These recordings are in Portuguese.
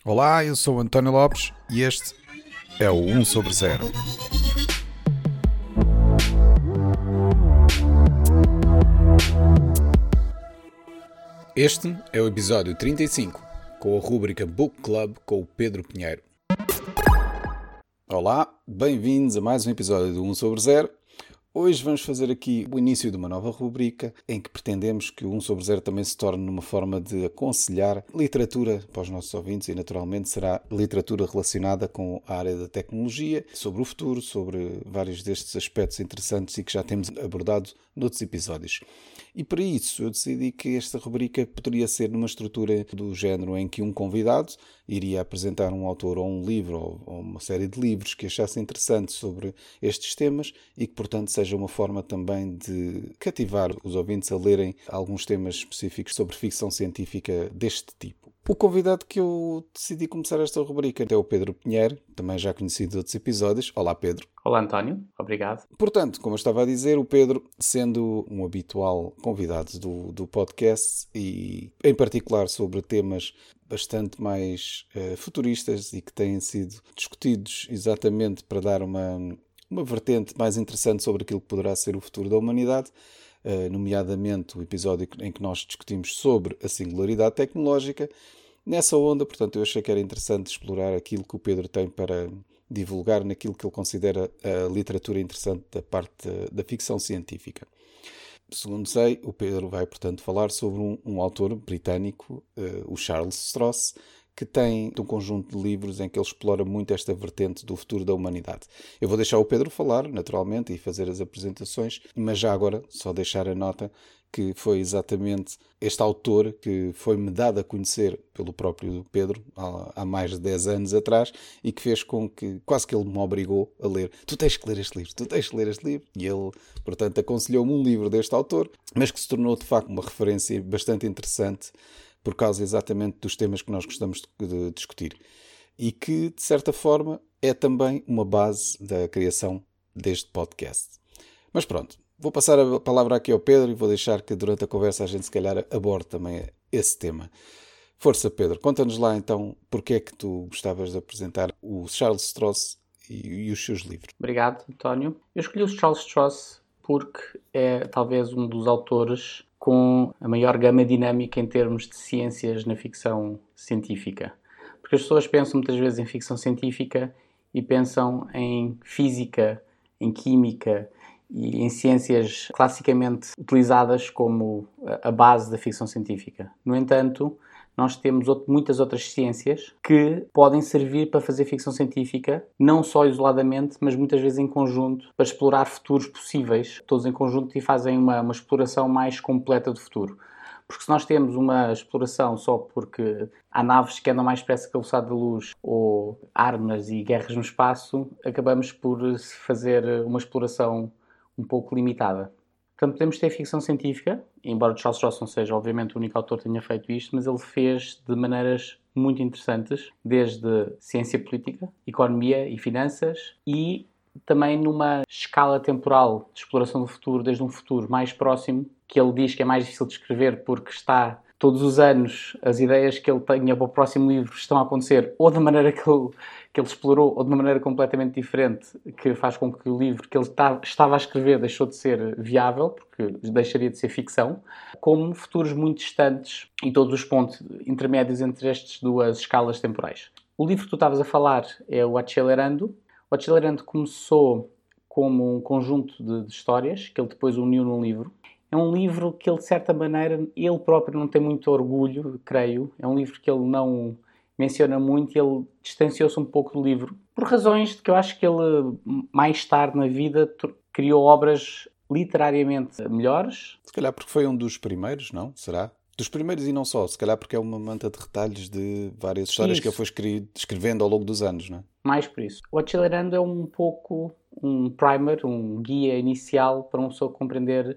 Olá, eu sou o António Lopes e este é o 1/0. Este é o episódio 35, com a rúbrica Book Club com o Pedro Pinheiro. Olá, bem-vindos a mais um episódio do 1/0. Hoje vamos fazer aqui o início de uma nova rubrica em que pretendemos que o 1/0 também se torne uma forma de aconselhar literatura para os nossos ouvintes e naturalmente será literatura relacionada com a área da tecnologia, sobre o futuro, sobre vários destes aspectos interessantes e que já temos abordado noutros episódios. E para isso eu decidi que esta rubrica poderia ser numa estrutura do género em que um convidado iria apresentar um autor ou um livro ou uma série de livros que achasse interessante sobre estes temas e que, portanto, seja uma forma também de cativar os ouvintes a lerem alguns temas específicos sobre ficção científica deste tipo. O convidado que eu decidi começar esta rubrica é o Pedro Pinheiro, também já conhecido de outros episódios. Olá, Pedro. Olá, António. Obrigado. Portanto, como eu estava a dizer, o Pedro, sendo um habitual convidado do podcast e, em particular, sobre temas bastante mais futuristas e que têm sido discutidos exatamente para dar uma vertente mais interessante sobre aquilo que poderá ser o futuro da humanidade, nomeadamente o episódio em que nós discutimos sobre a singularidade tecnológica. Nessa onda, portanto, eu achei que era interessante explorar aquilo que o Pedro tem para divulgar naquilo que ele considera a literatura interessante da parte da ficção científica. Segundo sei, o Pedro vai, portanto, falar sobre um autor britânico, o Charles Stross, que tem um conjunto de livros em que ele explora muito esta vertente do futuro da humanidade. Eu vou deixar o Pedro falar, naturalmente, e fazer as apresentações, mas já agora, só deixar a nota que foi exatamente este autor que foi-me dado a conhecer pelo próprio Pedro há mais de 10 anos atrás e que fez com que, quase que ele me obrigou a ler. Tu tens que ler este livro, tu tens que ler este livro. E ele, portanto, aconselhou-me um livro deste autor, mas que se tornou, de facto, uma referência bastante interessante por causa exatamente dos temas que nós gostamos de discutir. E que, de certa forma, é também uma base da criação deste podcast. Mas pronto, vou passar a palavra aqui ao Pedro e vou deixar que durante a conversa a gente se calhar aborde também esse tema. Força, Pedro, conta-nos lá então porque é que tu gostavas de apresentar o Charles Stross e os seus livros. Obrigado, António. Eu escolhi o Charles Stross porque é talvez um dos autores com a maior gama dinâmica em termos de ciências na ficção científica. Porque as pessoas pensam muitas vezes em ficção científica e pensam em física, em química e em ciências classicamente utilizadas como a base da ficção científica. No entanto, nós temos muitas outras ciências que podem servir para fazer ficção científica, não só isoladamente, mas muitas vezes em conjunto, para explorar futuros possíveis, todos em conjunto, e fazem uma exploração mais completa do futuro. Porque se nós temos uma exploração só porque há naves que andam mais depressa que a velocidade da luz ou armas e guerras no espaço, acabamos por fazer uma exploração um pouco limitada. Portanto, podemos ter ficção científica, embora Charles Stross não seja, obviamente, o único autor que tenha feito isto, mas ele fez de maneiras muito interessantes, desde ciência política, economia e finanças, e também numa escala temporal de exploração do futuro, desde um futuro mais próximo, que ele diz que é mais difícil de escrever porque está todos os anos, as ideias que ele tenha para o próximo livro estão a acontecer ou da maneira que ele explorou ou de uma maneira completamente diferente, que faz com que o livro que ele estava a escrever deixou de ser viável, porque deixaria de ser ficção, como futuros muito distantes em todos os pontos intermédios entre estas duas escalas temporais. O livro que tu estavas a falar é o Accelerando. O Accelerando começou como um conjunto de histórias que ele depois uniu num livro. É um livro que ele, de certa maneira, ele próprio não tem muito orgulho, creio. É um livro que ele não menciona muito e ele distanciou-se um pouco do livro. Por razões de que eu acho que ele, mais tarde na vida, criou obras literariamente melhores. Se calhar porque foi um dos primeiros, não? Será? Dos primeiros e não só. Se calhar porque é uma manta de retalhos de várias histórias que ele foi escrevendo ao longo dos anos, não é? Mais por isso. O Accelerando é um pouco um primer, um guia inicial para uma pessoa compreender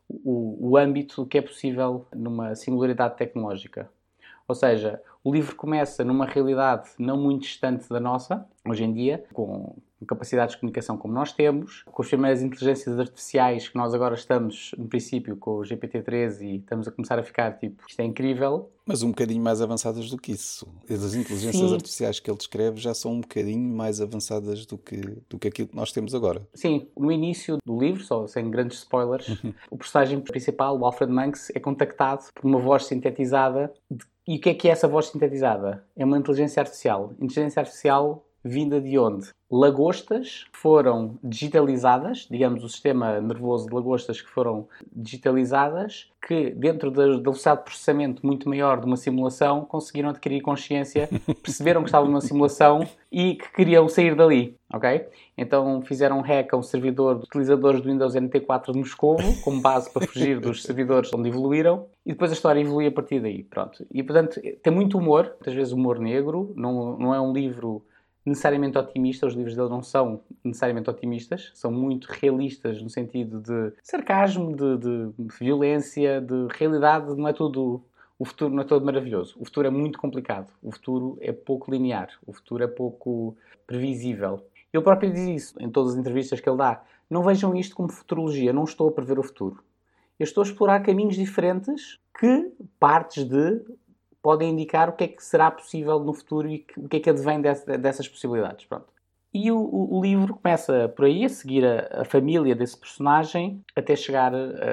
o âmbito do que é possível numa singularidade tecnológica. Ou seja, o livro começa numa realidade não muito distante da nossa, hoje em dia, com capacidades de comunicação como nós temos, com as primeiras inteligências artificiais que nós agora estamos, no princípio, com o GPT-3 e estamos a começar a ficar tipo, isto é incrível. Mas um bocadinho mais avançadas do que isso. As inteligências artificiais que ele descreve já são um bocadinho mais avançadas do que aquilo que nós temos agora. Sim, no início do livro, só sem grandes spoilers, o personagem principal, o Alfred Monks, é contactado por uma voz sintetizada. E o que é essa voz sintetizada? É uma inteligência artificial. Inteligência artificial vinda de onde? Lagostas que foram digitalizadas, digamos, o sistema nervoso de lagostas que foram digitalizadas, que dentro da velocidade de processamento muito maior de uma simulação, conseguiram adquirir consciência, perceberam que estavam numa simulação e que queriam sair dali, ok? Então fizeram um hack a um servidor de utilizadores do Windows NT4 de Moscovo, como base para fugir dos servidores onde evoluíram, e depois a história evolui a partir daí, pronto. E, portanto, tem muito humor, muitas vezes humor negro, não é um livro necessariamente otimista, os livros dele não são necessariamente otimistas, são muito realistas no sentido de sarcasmo, de violência, de realidade, não é tudo, o futuro não é todo maravilhoso. O futuro é muito complicado, o futuro é pouco linear, o futuro é pouco previsível. Ele próprio diz isso em todas as entrevistas que ele dá. Não vejam isto como futurologia, não estou a prever o futuro. Eu estou a explorar caminhos diferentes que partes de podem indicar o que é que será possível no futuro e o que é que advém dessas possibilidades. Pronto. E o livro começa por aí, a seguir a família desse personagem, até chegar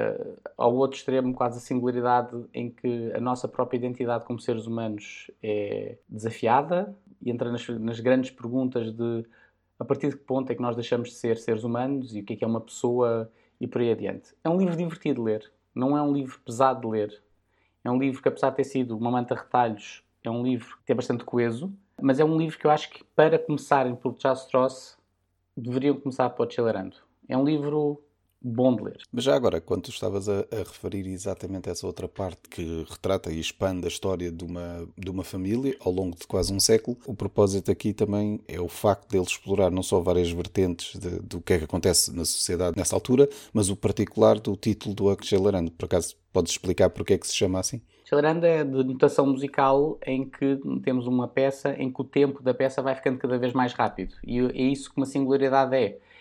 ao outro extremo, quase a singularidade, em que a nossa própria identidade como seres humanos é desafiada e entra nas grandes perguntas de a partir de que ponto é que nós deixamos de ser seres humanos e o que é uma pessoa e por aí adiante. É um livro divertido de ler, não é um livro pesado de ler. É um livro que, apesar de ter sido uma manta-retalhos, é um livro que é bastante coeso, mas é um livro que eu acho que, para começarem pelo Charles Stross, deveriam começar pelo Accelerando. É um livro bom de ler. Mas já agora, quando tu estavas a referir exatamente essa outra parte que retrata e expande a história de uma família ao longo de quase um século, o propósito aqui também é o facto de ele explorar não só várias vertentes do que é que acontece na sociedade nessa altura, mas o particular do título do Accelerando. Por acaso, podes explicar porque é que se chama assim? Accelerando é de notação musical em que temos uma peça em que o tempo da peça vai ficando cada vez mais rápido. E é isso que uma singularidade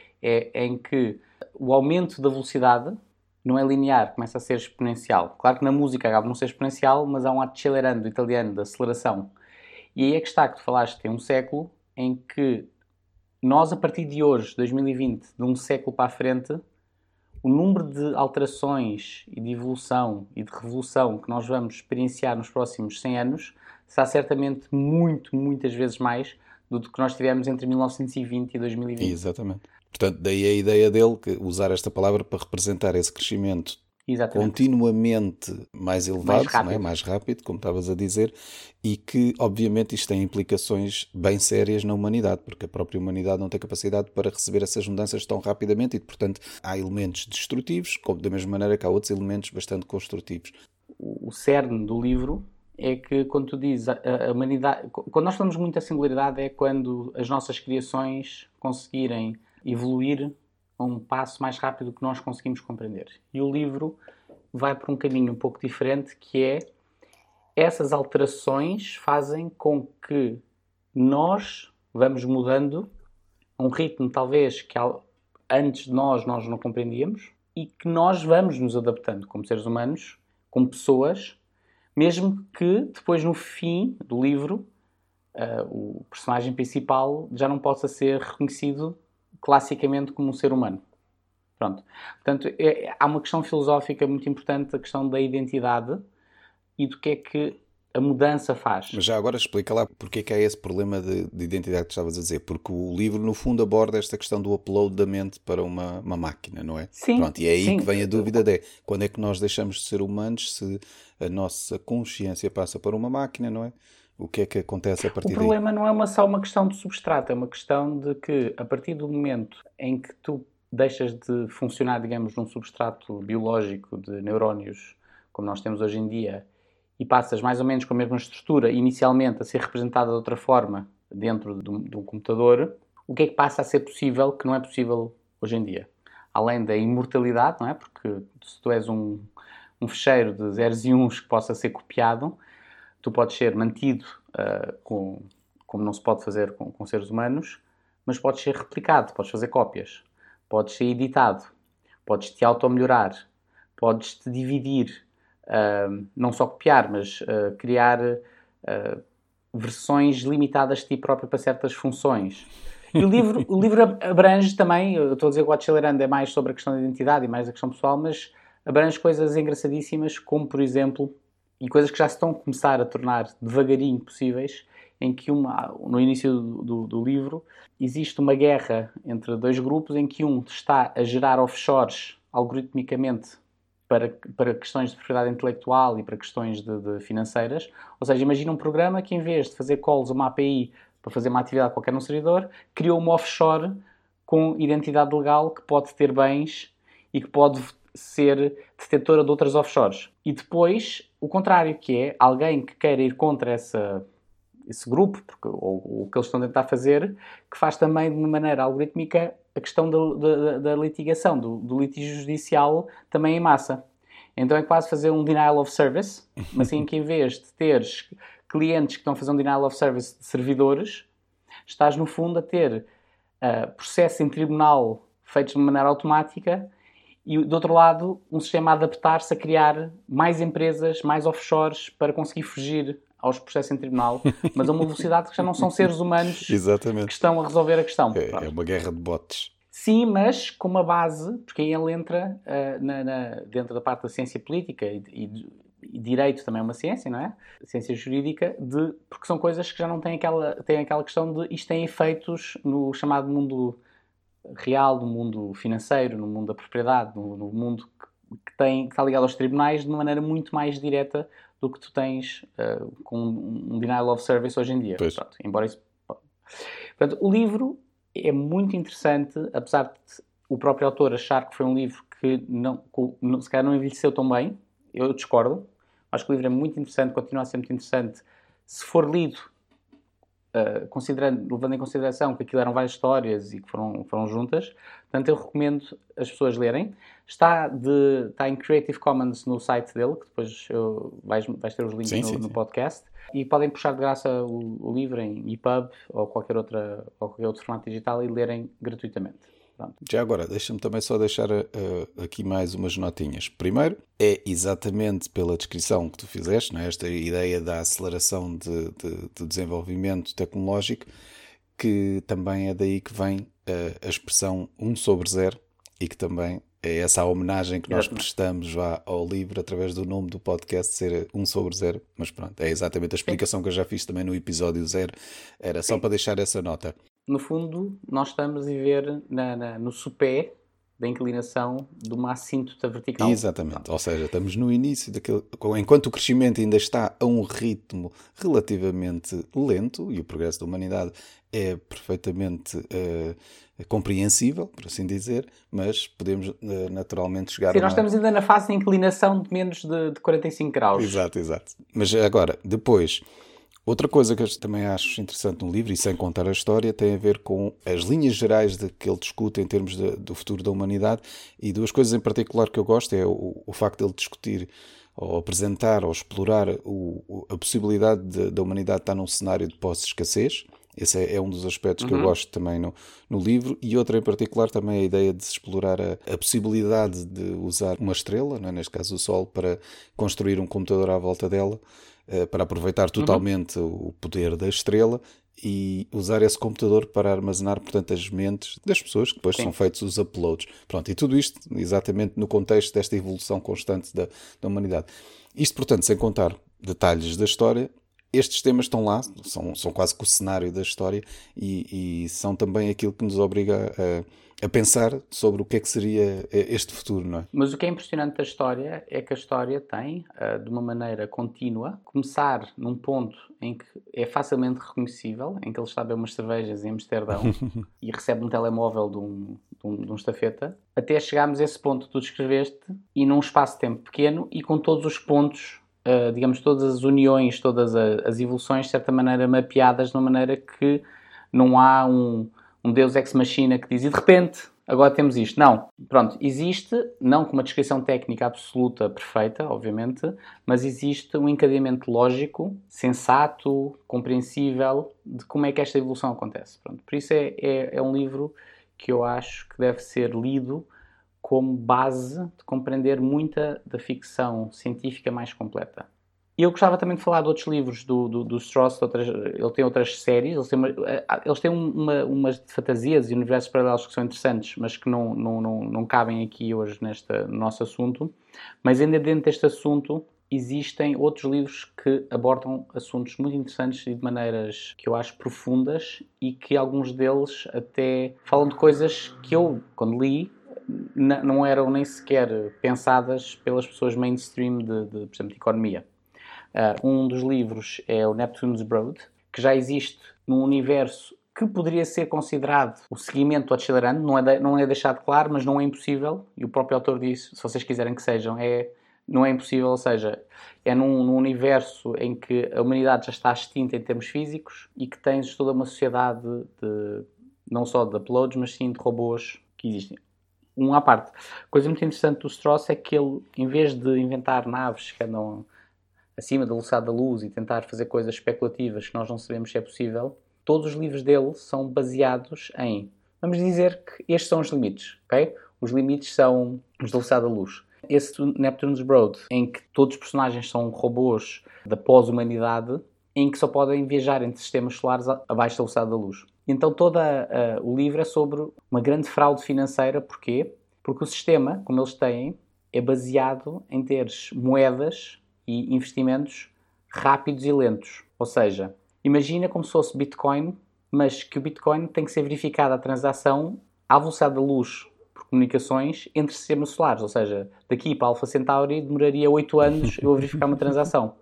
é em que o aumento da velocidade não é linear, começa a ser exponencial. Claro que na música acaba não ser exponencial, mas há um accelerando italiano de aceleração. E aí é que está, que tu falaste, tem um século em que nós, a partir de hoje, 2020, de um século para a frente, o número de alterações e de evolução e de revolução que nós vamos experienciar nos próximos 100 anos será certamente muitas vezes mais do que nós tivemos entre 1920 e 2020. Exatamente. Portanto, daí a ideia dele, que usar esta palavra para representar esse crescimento continuamente mais elevado, mais rápido, como estavas a dizer, e que, obviamente, isto tem implicações bem sérias na humanidade, porque a própria humanidade não tem capacidade para receber essas mudanças tão rapidamente e, portanto, há elementos destrutivos, como da mesma maneira que há outros elementos bastante construtivos. O cerne do livro é que, quando tu dizes a humanidade, quando nós falamos muito da singularidade, é quando as nossas criações conseguirem evoluir a um passo mais rápido do que nós conseguimos compreender. E o livro vai por um caminho um pouco diferente, que é essas alterações fazem com que nós vamos mudando a um ritmo talvez que antes de nós não compreendíamos e que nós vamos nos adaptando como seres humanos, como pessoas, mesmo que depois no fim do livro o personagem principal já não possa ser reconhecido classicamente como um ser humano. Pronto. Portanto, há uma questão filosófica muito importante, a questão da identidade e do que é que a mudança faz. Mas já agora explica lá porque é que há esse problema de identidade que estavas a dizer. Porque o livro, no fundo, aborda esta questão do upload da mente para uma máquina, não é? Sim. Pronto, e é aí que vem a dúvida de quando é que nós deixamos de ser humanos se a nossa consciência passa para uma máquina, não é? O que é que acontece a partir daí? O problema não é só uma questão de substrato, é uma questão de que, a partir do momento em que tu deixas de funcionar, digamos, num substrato biológico de neurónios, como nós temos hoje em dia, e passas mais ou menos com a mesma estrutura, inicialmente a ser representada de outra forma dentro de um computador, o que é que passa a ser possível que não é possível hoje em dia? Além da imortalidade, não é? Porque se tu és um fecheiro de zeros e uns que possa ser copiado, tu podes ser mantido como não se pode fazer com seres humanos, mas podes ser replicado, podes fazer cópias, podes ser editado, podes te auto-melhorar, podes te dividir, não só copiar, mas criar versões limitadas de ti próprio para certas funções. E o livro abrange também, eu estou a dizer que o Accelerando é mais sobre a questão da identidade e mais a questão pessoal, mas abrange coisas engraçadíssimas, como por exemplo, e coisas que já se estão a começar a tornar devagarinho possíveis, em que no início do livro existe uma guerra entre dois grupos em que um está a gerar offshores algoritmicamente para questões de propriedade intelectual e para questões de financeiras. Ou seja, imagina um programa que em vez de fazer calls a uma API para fazer uma atividade qualquer num servidor, criou uma offshore com identidade legal que pode ter bens e que pode ser detetora de outras offshores. E depois, o contrário, que é alguém que queira ir contra esse grupo, ou o que eles estão a tentar fazer, que faz também de uma maneira algorítmica a questão da litigação, do litígio judicial também em massa. Então é quase fazer um denial of service, mas em que em vez de teres clientes que estão a fazer um denial of service de servidores, estás no fundo a ter processos em tribunal feitos de uma maneira automática e do outro lado um sistema a adaptar-se a criar mais empresas, mais offshores para conseguir fugir aos processos em tribunal, mas a uma velocidade que já não são seres humanos Exatamente. que estão a resolver a questão. É uma guerra de bots. Sim, mas com uma base, porque aí ele entra dentro da parte da ciência política e direito também é uma ciência, não é? Ciência jurídica, porque são coisas que já não têm aquela questão de isto tem efeitos no chamado mundo real, no mundo financeiro, no mundo da propriedade, no mundo que está ligado aos tribunais de uma maneira muito mais direta do que tu tens com um denial of service hoje em dia. Pronto, embora isso... Portanto, o livro é muito interessante, apesar de o próprio autor achar que foi um livro que se calhar não envelheceu tão bem. Eu discordo. Acho que o livro é muito interessante, continua a ser muito interessante. Se for lido, levando em consideração que aquilo eram várias histórias e que foram juntas, portanto eu recomendo as pessoas lerem. Está em Creative Commons no site dele, que depois vais ter os links no podcast. E podem puxar de graça o livro em EPUB ou qualquer outro formato digital e lerem gratuitamente. Pronto. Já agora, deixa-me também só deixar aqui mais umas notinhas. Primeiro, é exatamente pela descrição que tu fizeste, não é? Esta ideia da aceleração de desenvolvimento tecnológico, que também é daí que vem a expressão 1/0 e que também é essa a homenagem que nós prestamos ao livro através do nome do podcast ser 1/0. Mas pronto, é exatamente a explicação que eu já fiz também no episódio 0. Era só para deixar essa nota. No fundo, nós estamos a viver no sopé da inclinação de uma assíntota vertical. Exatamente, ou seja, estamos no início enquanto o crescimento ainda está a um ritmo relativamente lento e o progresso da humanidade é perfeitamente compreensível, por assim dizer, mas podemos naturalmente chegar a... Sim, nós estamos ainda na fase de inclinação de menos de 45 graus. Exato. Mas agora, depois... Outra coisa que eu também acho interessante no livro, e sem contar a história, tem a ver com as linhas gerais que ele discute em termos do futuro da humanidade, e duas coisas em particular que eu gosto é o facto de ele discutir, ou apresentar, ou explorar a possibilidade da humanidade estar num cenário de pós-escassez. Esse é um dos aspectos que eu gosto também no livro, e outra em particular também é a ideia de se explorar a possibilidade de usar uma estrela, não é? Neste caso o Sol, para construir um computador à volta dela, para aproveitar totalmente o poder da estrela e usar esse computador para armazenar, portanto, as mentes das pessoas que depois são feitos os uploads. Pronto, e tudo isto exatamente no contexto desta evolução constante da humanidade. Isto, portanto, sem contar detalhes da história, estes temas estão lá, são quase que o cenário da história e são também aquilo que nos obriga a pensar sobre o que é que seria este futuro, não é? Mas o que é impressionante da história é que a história tem, de uma maneira contínua, começar num ponto em que é facilmente reconhecível, em que ele está a beber umas cervejas em Amsterdão e recebe um telemóvel de um estafeta, até chegarmos a esse ponto que tu descreveste e num espaço de tempo pequeno e com todos os pontos, digamos, todas as uniões, todas as evoluções, de certa maneira mapeadas de uma maneira que não há um Deus ex machina que diz, e de repente agora temos isto. Não, pronto, existe, não com uma descrição técnica absoluta, perfeita, obviamente, mas existe um encadeamento lógico, sensato, compreensível, de como é que esta evolução acontece. Pronto, por isso é um livro que eu acho que deve ser lido como base de compreender muita da ficção científica mais completa. E eu gostava também de falar de outros livros do Strauss. Ele tem outras séries, eles têm umas de fantasias e universos paralelos que são interessantes, mas que não cabem aqui hoje no nosso assunto. Mas ainda dentro deste assunto existem outros livros que abordam assuntos muito interessantes e de maneiras que eu acho profundas, e que alguns deles até falam de coisas que eu, quando li, não eram nem sequer pensadas pelas pessoas mainstream por exemplo, de economia. Um dos livros é o Neptune's Brood, que já existe num universo que poderia ser considerado o seguimento acelerante, não é deixado claro, mas não é impossível, e o próprio autor disse, se vocês quiserem que sejam, não é impossível, ou seja, é num universo em que a humanidade já está extinta em termos físicos e que tens toda uma sociedade não só de uploads, mas sim de robôs que existem. À parte. Coisa muito interessante do Strauss é que ele, em vez de inventar naves que andam acima da velocidade da luz e tentar fazer coisas especulativas que nós não sabemos se é possível, todos os livros dele são baseados em, vamos dizer que estes são os limites, ok? Os limites são os da velocidade da luz. Esse Neptune's Brood, em que todos os personagens são robôs da pós-humanidade, em que só podem viajar entre sistemas solares abaixo da velocidade da luz. Então todo o livro é sobre uma grande fraude financeira. Porquê? Porque o sistema, como eles têm, é baseado em teres moedas e investimentos rápidos e lentos. Ou seja, imagina como se fosse Bitcoin, mas que o Bitcoin tem que ser verificada a transação à velocidade da luz por comunicações entre sistemas solares. Ou seja, daqui para a Alpha Centauri demoraria 8 anos eu a verificar uma transação.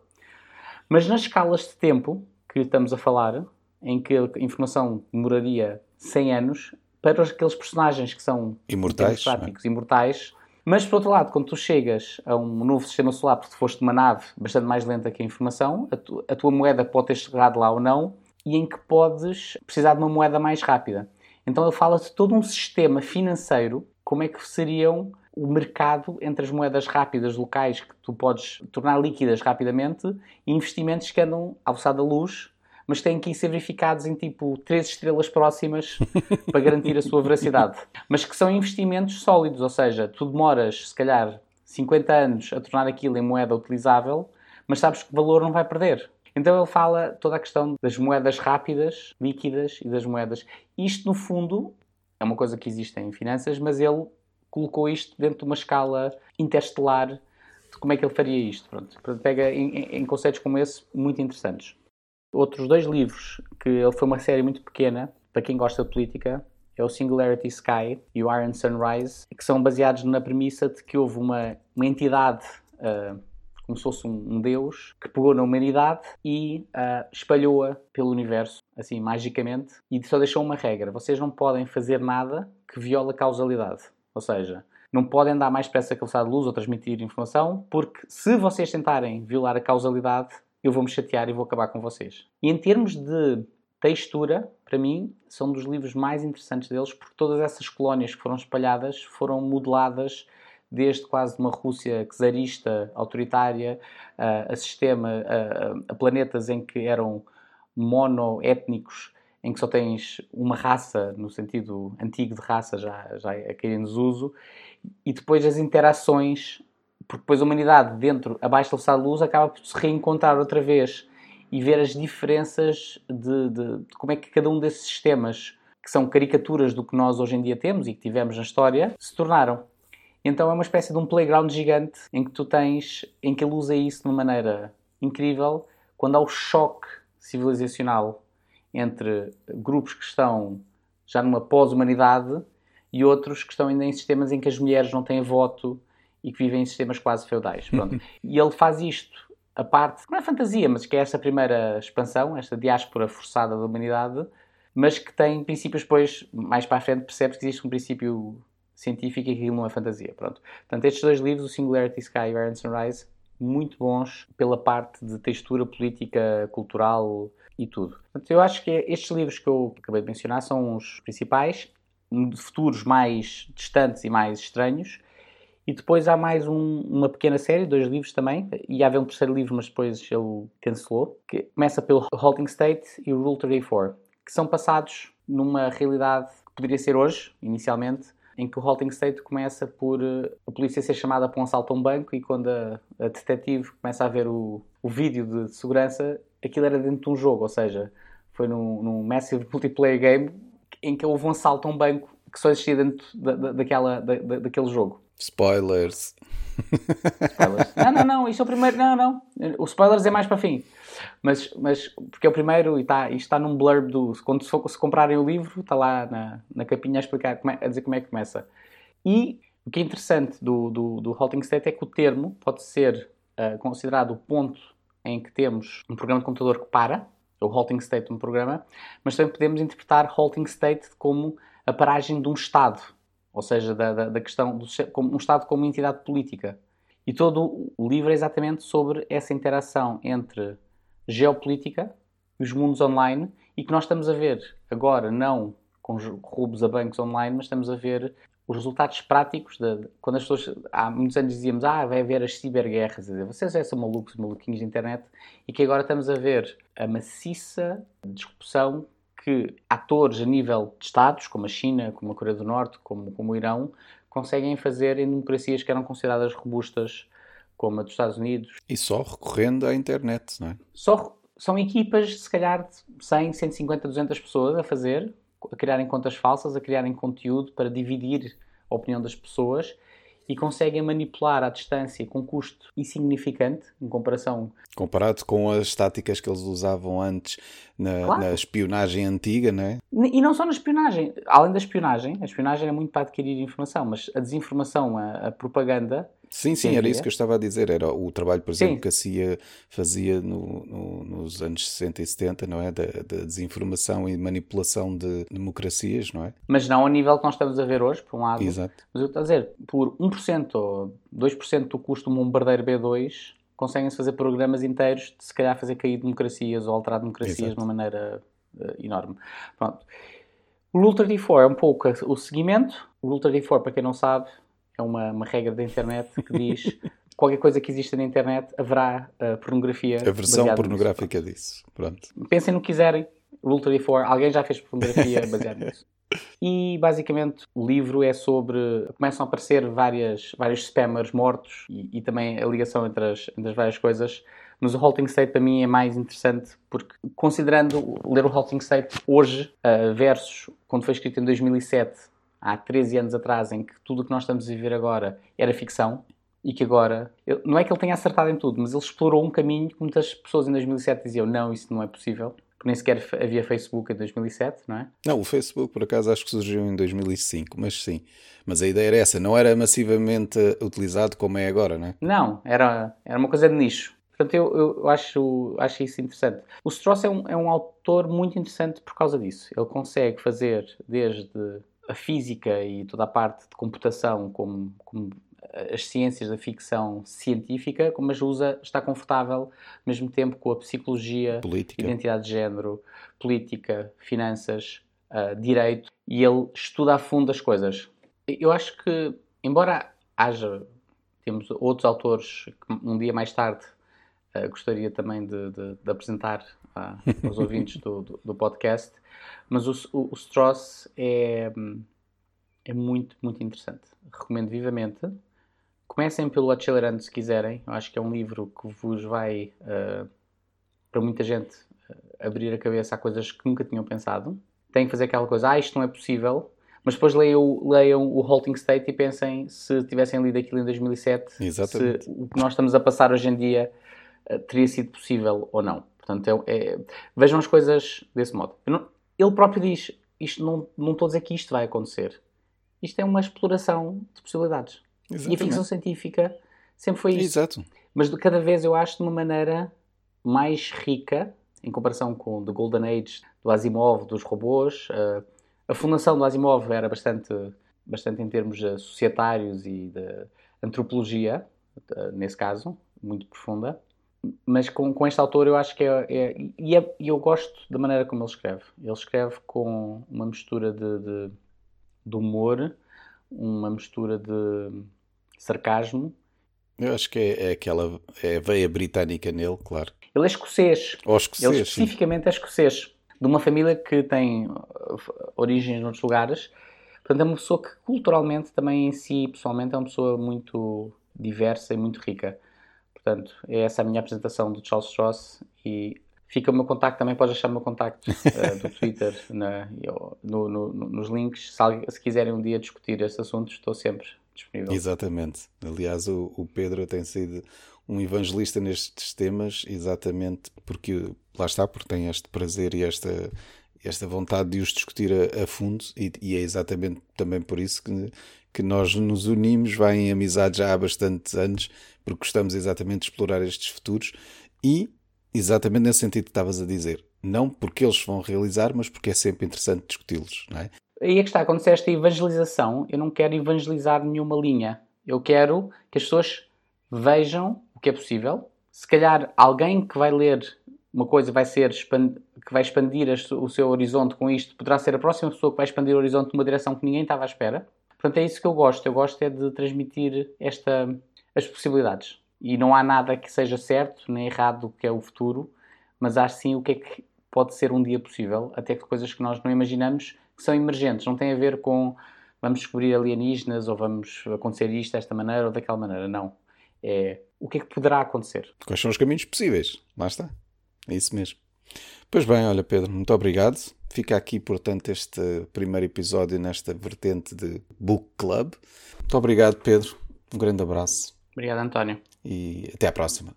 Mas nas escalas de tempo que estamos a falar, em que a informação demoraria 100 anos, para aqueles personagens que são imortais, práticos, imortais. Mas, por outro lado, quando tu chegas a um novo sistema solar, porque foste uma nave bastante mais lenta que a informação, a tua moeda pode ter chegado lá ou não, e em que podes precisar de uma moeda mais rápida. Então ele fala de todo um sistema financeiro, como é que seriam o mercado entre as moedas rápidas locais que tu podes tornar líquidas rapidamente e investimentos que andam à velocidade da luz, mas têm que ser verificados em tipo 3 estrelas próximas para garantir a sua veracidade. Mas que são investimentos sólidos, ou seja, tu demoras se calhar 50 anos a tornar aquilo em moeda utilizável, mas sabes que o valor não vai perder. Então ele fala toda a questão das moedas rápidas, líquidas e das moedas. Isto, no fundo, é uma coisa que existe em finanças, mas ele colocou isto dentro de uma escala interestelar de como é que ele faria isto. Pronto, pega em conceitos como esse muito interessantes. Outros 2 livros, que ele foi uma série muito pequena, para quem gosta de política, é o Singularity Sky e o Iron Sunrise, que são baseados na premissa de que houve uma entidade, como se fosse um deus, que pegou na humanidade e espalhou-a pelo universo, assim, magicamente, e só deixou uma regra: vocês não podem fazer nada que viole a causalidade. Ou seja, não podem andar mais depressa que a velocidade da luz ou transmitir informação, porque se vocês tentarem violar a causalidade, eu vou-me chatear e vou acabar com vocês. E em termos de textura, para mim, são dos livros mais interessantes deles, porque todas essas colónias que foram espalhadas foram modeladas desde quase uma Rússia czarista, autoritária, a planetas em que eram monoétnicos, em que só tens uma raça, no sentido antigo de raça, já é cair em desuso, e depois as interações, porque depois a humanidade, abaixo da velocidade da luz, acaba por se reencontrar outra vez e ver as diferenças de como é que cada um desses sistemas, que são caricaturas do que nós hoje em dia temos e que tivemos na história, se tornaram. Então é uma espécie de um playground gigante em que ele usa isso de uma maneira incrível, quando há o choque civilizacional entre grupos que estão já numa pós-humanidade e outros que estão ainda em sistemas em que as mulheres não têm voto e que vivem em sistemas quase feudais. Pronto. E ele faz isto, a parte, não é fantasia, mas que é esta primeira expansão, esta diáspora forçada da humanidade, mas que tem princípios, depois, mais para a frente, percebes que existe um princípio científico e que aquilo não é fantasia. Pronto. Portanto, estes 2 livros, o Singularity Sky e o Iron Sunrise, muito bons pela parte de textura política, cultural e tudo. Portanto, eu acho que estes livros que eu acabei de mencionar são os principais. de futuros mais distantes e mais estranhos. E depois há mais uma pequena série, 2 livros também, e ia haver um terceiro livro, mas depois ele cancelou, que começa pelo Halting State e o Rule 34, que são passados numa realidade que poderia ser hoje, inicialmente, em que o Halting State começa por a polícia ser chamada para um assalto a um banco, e quando a detetive começa a ver o vídeo de segurança, aquilo era dentro de um jogo, ou seja, foi num massive multiplayer game em que houve um assalto a um banco que só existia dentro daquele jogo. Spoilers. Spoilers. Não, isto é o primeiro. Não. O spoilers é mais para fim. Mas porque é o primeiro e isto está num blurb quando se comprarem o livro, está lá na capinha a explicar, a dizer como é que começa. E o que é interessante do Halting State é que o termo pode ser considerado o ponto em que temos um programa de computador que para, o Halting State de um programa, mas também podemos interpretar Halting State como a paragem de um Estado. Ou seja, da questão um Estado como entidade política. E todo o livro é exatamente sobre essa interação entre geopolítica e os mundos online, e que nós estamos a ver agora, não com roubos a bancos online, mas estamos a ver os resultados práticos quando as pessoas, há muitos anos dizíamos, vai haver as ciberguerras, vocês são maluquinhos de internet, e que agora estamos a ver a maciça discussão que atores a nível de Estados, como a China, como a Coreia do Norte, como o Irão, conseguem fazer em democracias que eram consideradas robustas, como a dos Estados Unidos. E só recorrendo à internet, não é? São equipas, se calhar, de 100, 150, 200 pessoas a criarem contas falsas, a criarem conteúdo para dividir a opinião das pessoas, e conseguem manipular à distância com custo insignificante em comparação... Comparado com as táticas que eles usavam antes na espionagem antiga, não é? E não só na espionagem. Além da espionagem, a espionagem é muito para adquirir informação, mas a desinformação, a propaganda... Sim, era isso que eu estava a dizer. Era o trabalho, por exemplo, que a CIA fazia nos anos 60 e 70, não é? Da desinformação e manipulação de democracias, não é? Mas não ao nível que nós estamos a ver hoje, por um lado. Exato. Mas eu estou a dizer, por 1% ou 2% do custo de um bombardeiro B2, conseguem-se fazer programas inteiros de, se calhar, fazer cair democracias ou alterar democracias de uma maneira enorme. Pronto. O Rule 34 é um pouco o seguimento. O Rule 34, para quem não sabe, é uma regra da internet que diz qualquer coisa que exista na internet haverá pornografia. A versão pornográfica disso. Pronto. Pensem no que quiserem. Rule 34, alguém já fez pornografia baseada nisso. E basicamente o livro é sobre... Começam a aparecer vários spammers mortos e também a ligação entre as várias coisas. Mas o Halting State para mim é mais interessante porque, considerando ler o Halting State hoje versus quando foi escrito em 2007, há 13 anos atrás, em que tudo o que nós estamos a viver agora era ficção, e que agora... Não é que ele tenha acertado em tudo, mas ele explorou um caminho que muitas pessoas em 2007 diziam não, isso não é possível. Porque nem sequer havia Facebook em 2007, não é? Não, o Facebook, por acaso, acho que surgiu em 2005, mas sim. Mas a ideia era essa, não era massivamente utilizado como é agora, não é? Não, era uma coisa de nicho. Portanto, eu acho isso interessante. O Strauss é um autor muito interessante por causa disso. Ele consegue fazer desde a física e toda a parte de computação como as ciências da ficção científica, mas está confortável ao mesmo tempo com a psicologia, política, identidade de género, política, finanças, direito, e ele estuda a fundo as coisas. Eu acho que, embora temos outros autores que um dia mais tarde gostaria também de apresentar aos ouvintes do podcast, mas o Strauss é muito, muito interessante. Recomendo vivamente. Comecem pelo Acelerando se quiserem. Eu acho que é um livro que vos vai, para muita gente, abrir a cabeça a coisas que nunca tinham pensado. Têm que fazer aquela coisa, isto não é possível, mas depois leiam o Halting State e pensem se tivessem lido aquilo em 2007, exatamente, se o que nós estamos a passar hoje em dia teria sido possível ou não. Portanto, vejam as coisas desse modo. Ele próprio diz, isto não estou a dizer que isto vai acontecer. Isto é uma exploração de possibilidades. Exatamente. E a ficção científica sempre foi isso. Exato. Mas cada vez eu acho de uma maneira mais rica, em comparação com The Golden Age, do Asimov, dos robôs. A fundação do Asimov era bastante em termos societários e de antropologia, nesse caso, muito profunda. Mas com este autor eu acho que e eu gosto da maneira como ele escreve. Ele escreve com uma mistura de de humor, uma mistura de sarcasmo. Eu acho que é aquela a veia britânica nele, claro. Ele é escocês. Ou escocês, ele especificamente é escocês. De uma família que tem origens noutros lugares. Portanto, é uma pessoa que culturalmente também em si, pessoalmente, é uma pessoa muito diversa e muito rica. Portanto, é essa a minha apresentação do Charles Stross e fica o meu contacto, também podes achar o meu contacto do Twitter nos links. Se quiserem um dia discutir esse assunto, estou sempre disponível. Exatamente. Aliás, o Pedro tem sido um evangelista nestes temas, exatamente porque, lá está, porque tem este prazer e esta vontade de os discutir a fundo e é exatamente também por isso que nós nos unimos, vai em amizade já há bastantes anos, porque gostamos exatamente de explorar estes futuros e exatamente nesse sentido que estavas a dizer. Não porque eles vão realizar, mas porque é sempre interessante discuti-los, não é? Aí é que está, quando disseste a evangelização, eu não quero evangelizar nenhuma linha. Eu quero que as pessoas vejam o que é possível. Se calhar alguém que vai ler uma coisa que vai expandir o seu horizonte com isto, poderá ser a próxima pessoa que vai expandir o horizonte numa direção que ninguém estava à espera. Portanto, é isso que eu gosto. Eu gosto é de transmitir as possibilidades. E não há nada que seja certo nem errado do que é o futuro, mas há sim o que é que pode ser um dia possível, até que coisas que nós não imaginamos que são emergentes. Não tem a ver com vamos descobrir alienígenas ou vamos acontecer isto desta maneira ou daquela maneira. Não. É o que é que poderá acontecer. Quais são os caminhos possíveis? Lá está. É isso mesmo. Pois bem, olha Pedro, muito obrigado. Fica aqui, portanto, este primeiro episódio nesta vertente de Book Club. Muito obrigado, Pedro. Um grande abraço. Obrigado, António. E até à próxima.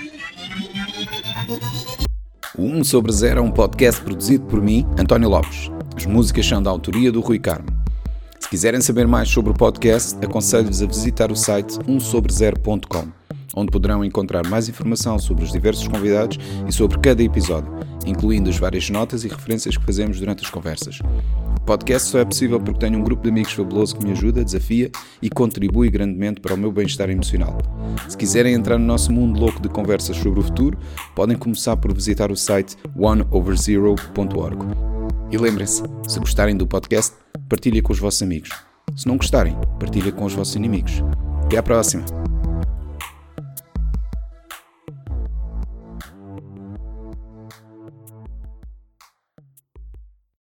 O 1 sobre 0 é um podcast produzido por mim, António Lopes. As músicas são da autoria do Rui Carmo. Se quiserem saber mais sobre o podcast, aconselho-vos a visitar o site 1sobre0.com, onde poderão encontrar mais informação sobre os diversos convidados e sobre cada episódio, incluindo as várias notas e referências que fazemos durante as conversas. O podcast só é possível porque tenho um grupo de amigos fabuloso que me ajuda, desafia e contribui grandemente para o meu bem-estar emocional. Se quiserem entrar no nosso mundo louco de conversas sobre o futuro, podem começar por visitar o site oneoverzero.org. E lembrem-se, se gostarem do podcast, partilhem com os vossos amigos. Se não gostarem, partilhem com os vossos inimigos. Até à próxima!